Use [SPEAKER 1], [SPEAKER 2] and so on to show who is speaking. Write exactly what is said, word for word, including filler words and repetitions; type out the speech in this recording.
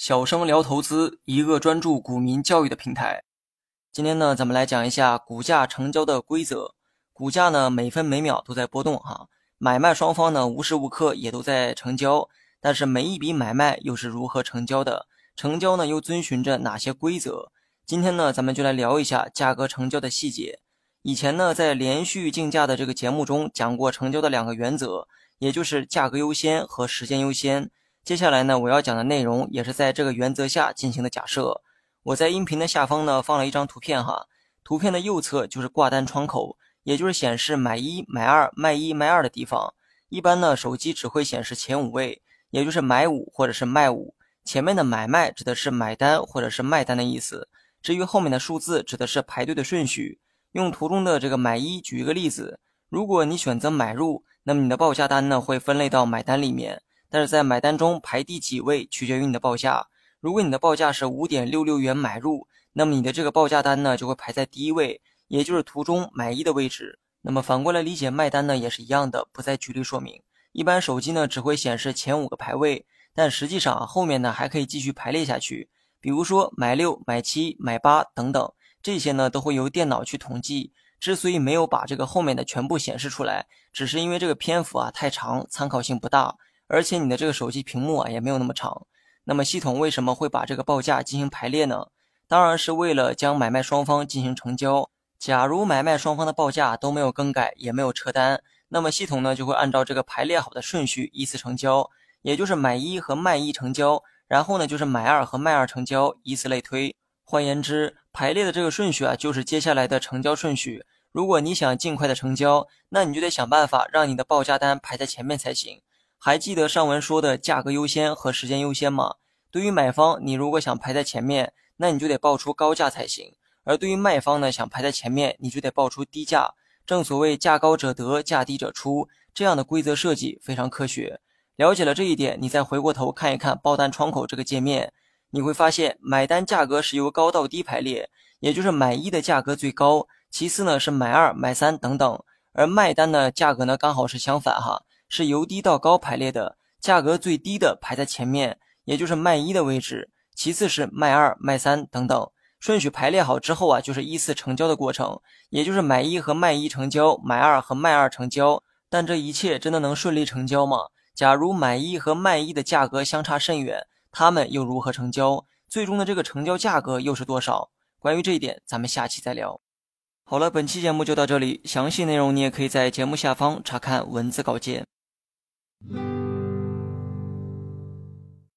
[SPEAKER 1] 小生聊投资，一个专注股民教育的平台。今天呢，咱们来讲一下股价成交的规则。股价呢，每分每秒都在波动哈，买卖双方呢，无时无刻也都在成交。但是每一笔买卖又是如何成交的？成交呢，又遵循着哪些规则？今天呢，咱们就来聊一下价格成交的细节。以前呢，在连续竞价的这个节目中讲过成交的两个原则，也就是价格优先和时间优先。接下来呢，我要讲的内容也是在这个原则下进行的假设。我在音频的下方呢放了一张图片哈，图片的右侧就是挂单窗口，也就是显示买一、买二、卖一、卖二的地方。一般呢，手机只会显示前五位，也就是买五或者是卖五。前面的买卖指的是买单或者是卖单的意思，至于后面的数字指的是排队的顺序。用图中的这个买一举一个例子，如果你选择买入，那么你的报价单呢会分类到买单里面，但是在买单中排第几位取决于你的报价。如果你的报价是 五点六六元买入，那么你的这个报价单呢就会排在第一位，也就是图中买一的位置。那么反过来理解卖单呢也是一样的，不再举例说明。一般手机呢只会显示前五个排位，但实际上啊后面呢还可以继续排列下去，比如说买六、买七、买八等等，这些呢都会由电脑去统计。之所以没有把这个后面的全部显示出来，只是因为这个篇幅啊太长，参考性不大，而且你的这个手机屏幕啊也没有那么长。那么系统为什么会把这个报价进行排列呢？当然是为了将买卖双方进行成交。假如买卖双方的报价都没有更改，也没有撤单，那么系统呢就会按照这个排列好的顺序依次成交，也就是买一和卖一成交，然后呢就是买二和卖二成交，以此类推。换言之，排列的这个顺序啊就是接下来的成交顺序。如果你想尽快的成交，那你就得想办法让你的报价单排在前面才行。还记得上文说的价格优先和时间优先吗？对于买方，你如果想排在前面，那你就得报出高价才行。而对于卖方呢，想排在前面，你就得报出低价。正所谓价高者得，价低者出，这样的规则设计非常科学。了解了这一点，你再回过头看一看报单窗口这个界面，你会发现买单价格是由高到低排列，也就是买一的价格最高，其次呢是买二、买三等等，而卖单的价格呢刚好是相反哈，是由低到高排列的，价格最低的排在前面，也就是卖一的位置，其次是卖二、卖三等等。顺序排列好之后啊，就是依次成交的过程，也就是买一和卖一成交，买二和卖二成交。但这一切真的能顺利成交吗？假如买一和卖一的价格相差甚远，他们又如何成交？最终的这个成交价格又是多少？关于这一点，咱们下期再聊。好了，本期节目就到这里，详细内容你也可以在节目下方查看文字稿件。